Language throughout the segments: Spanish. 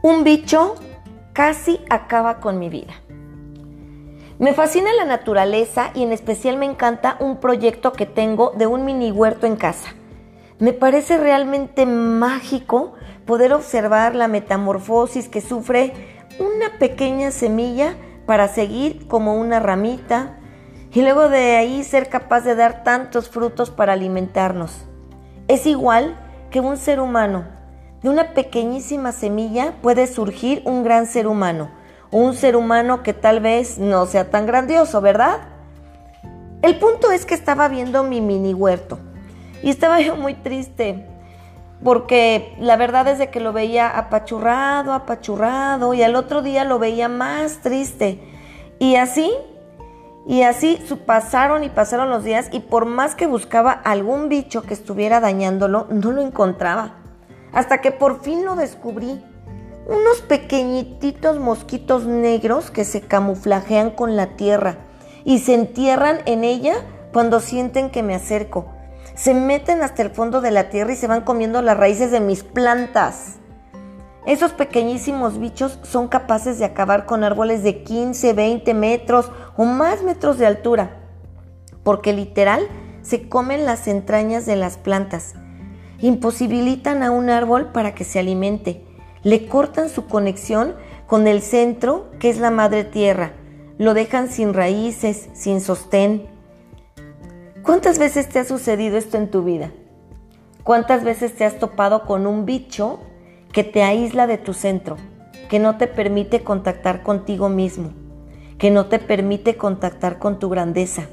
Un bicho casi acaba con mi vida. Me fascina la naturaleza y en especial me encanta un proyecto que tengo de un mini huerto en casa. Me parece realmente mágico poder observar la metamorfosis que sufre una pequeña semilla para seguir como una ramita y luego de ahí ser capaz de dar tantos frutos para alimentarnos. Es igual que un ser humano. De una pequeñísima semilla puede surgir un gran ser humano, o un ser humano que tal vez no sea tan grandioso, ¿verdad? El punto es que estaba viendo mi mini huerto y estaba yo muy triste porque la verdad es de que lo veía apachurrado y al otro día lo veía más triste y así pasaron los días y por más que buscaba algún bicho que estuviera dañándolo, no lo encontraba. Hasta que por fin lo descubrí. Unos pequeñititos mosquitos negros que se camuflajean con la tierra y se entierran en ella cuando sienten que me acerco. Se meten hasta el fondo de la tierra y se van comiendo las raíces de mis plantas. Esos pequeñísimos bichos son capaces de acabar con árboles de 15, 20 metros o más metros de altura, porque literal se comen las entrañas de las plantas. Imposibilitan a un árbol para que se alimente. Le cortan su conexión con el centro, que es la madre tierra. Lo dejan sin raíces, sin sostén. ¿Cuántas veces te ha sucedido esto en tu vida? ¿Cuántas veces te has topado con un bicho que te aísla de tu centro, que no te permite contactar contigo mismo, que no te permite contactar con tu grandeza,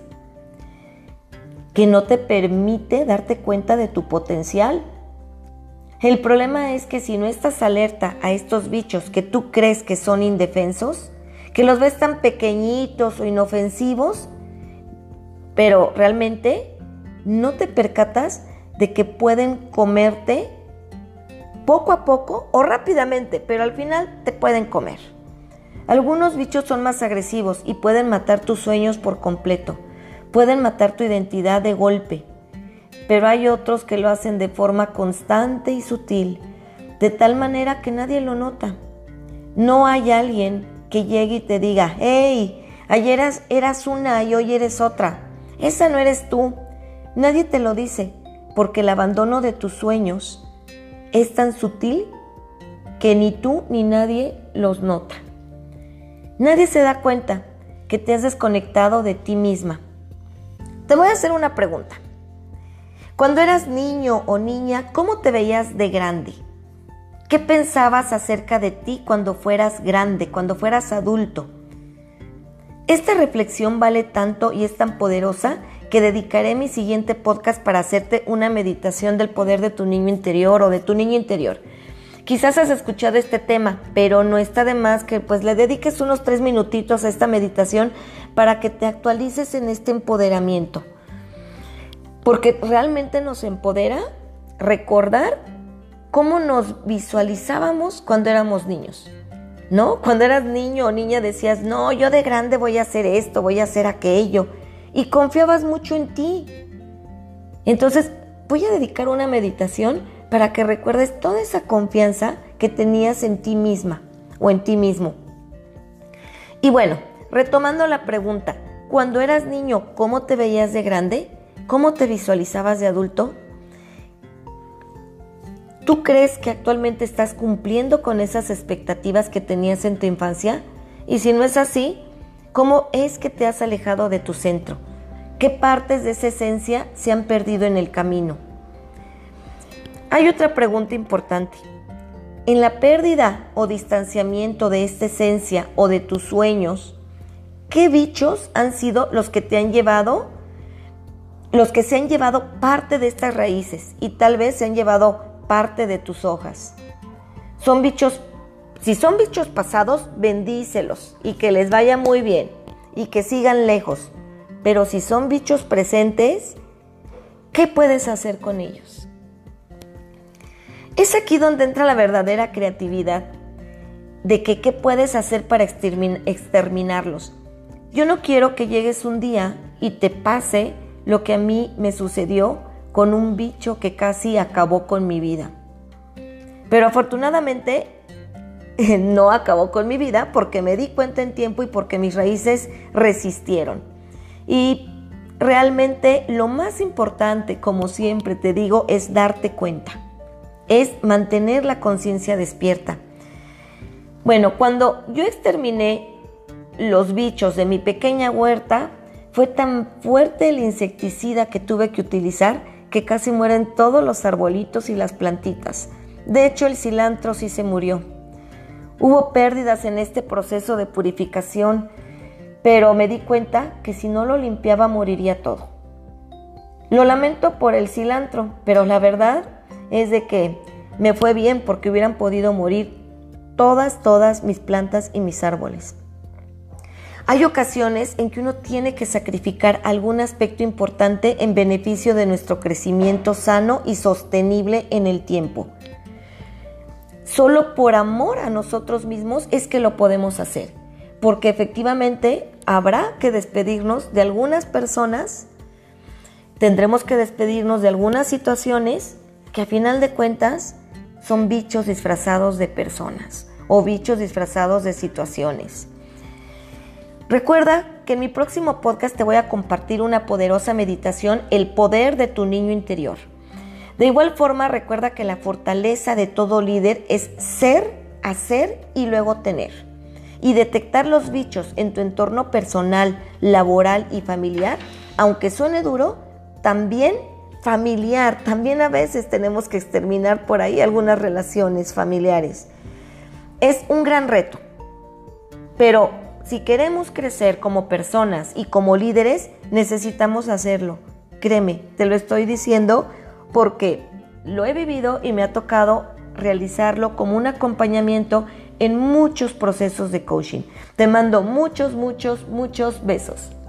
que no te permite darte cuenta de tu potencial? El problema es que si no estás alerta a estos bichos que tú crees que son indefensos, que los ves tan pequeñitos o inofensivos, pero realmente no te percatas de que pueden comerte poco a poco o rápidamente, pero al final te pueden comer. Algunos bichos son más agresivos y pueden matar tus sueños por completo. Pueden matar tu identidad de golpe, pero hay otros que lo hacen de forma constante y sutil, de tal manera que nadie lo nota. No hay alguien que llegue y te diga: «Hey, ayer eras una y hoy eres otra. Esa no eres tú». Nadie te lo dice, porque el abandono de tus sueños es tan sutil que ni tú ni nadie los nota. Nadie se da cuenta que te has desconectado de ti misma. Te voy a hacer una pregunta. Cuando eras niño o niña, ¿cómo te veías de grande? ¿Qué pensabas acerca de ti cuando fueras grande, cuando fueras adulto? Esta reflexión vale tanto y es tan poderosa que dedicaré mi siguiente podcast para hacerte una meditación del poder de tu niño interior o de tu niña interior. Quizás has escuchado este tema, pero no está de más que le dediques unos 3 minutitos a esta meditación para que te actualices en este empoderamiento. Porque realmente nos empodera recordar cómo nos visualizábamos cuando éramos niños, ¿no? Cuando eras niño o niña decías: «No, yo de grande voy a hacer esto, voy a hacer aquello», y confiabas mucho en ti. Entonces, voy a dedicar una meditación para que recuerdes toda esa confianza que tenías en ti misma o en ti mismo. Y bueno, retomando la pregunta, cuando eras niño, ¿cómo te veías de grande? ¿Cómo te visualizabas de adulto? ¿Tú crees que actualmente estás cumpliendo con esas expectativas que tenías en tu infancia? Y si no es así, ¿cómo es que te has alejado de tu centro? ¿Qué partes de esa esencia se han perdido en el camino? Hay otra pregunta importante. En la pérdida o distanciamiento de esta esencia o de tus sueños, ¿qué bichos han sido los que se han llevado parte de estas raíces y tal vez se han llevado parte de tus hojas? Si son bichos pasados, bendícelos y que les vaya muy bien y que sigan lejos. Pero si son bichos presentes, ¿qué puedes hacer con ellos? Es aquí donde entra la verdadera creatividad, de qué puedes hacer para exterminarlos. Yo no quiero que llegues un día y te pase lo que a mí me sucedió con un bicho que casi acabó con mi vida. Pero afortunadamente no acabó con mi vida porque me di cuenta en tiempo y porque mis raíces resistieron. Y realmente lo más importante, como siempre te digo, es darte cuenta, es mantener la conciencia despierta. Bueno, cuando yo exterminé los bichos de mi pequeña huerta, fue tan fuerte el insecticida que tuve que utilizar que casi mueren todos los arbolitos y las plantitas. De hecho, el cilantro sí se murió. Hubo pérdidas en este proceso de purificación, pero me di cuenta que si no lo limpiaba moriría todo. Lo lamento por el cilantro, pero la verdad es de que me fue bien porque hubieran podido morir todas mis plantas y mis árboles. Hay ocasiones en que uno tiene que sacrificar algún aspecto importante en beneficio de nuestro crecimiento sano y sostenible en el tiempo. Solo por amor a nosotros mismos es que lo podemos hacer, porque efectivamente habrá que despedirnos de algunas personas, tendremos que despedirnos de algunas situaciones que a final de cuentas son bichos disfrazados de personas o bichos disfrazados de situaciones. Recuerda que en mi próximo podcast te voy a compartir una poderosa meditación, el poder de tu niño interior. De igual forma, recuerda que la fortaleza de todo líder es ser, hacer y luego tener. Y detectar los bichos en tu entorno personal, laboral y familiar, aunque suene duro, también familiar. También a veces tenemos que exterminar por ahí algunas relaciones familiares. Es un gran reto, pero si queremos crecer como personas y como líderes, necesitamos hacerlo. Créeme, te lo estoy diciendo porque lo he vivido y me ha tocado realizarlo como un acompañamiento en muchos procesos de coaching. Te mando muchos besos.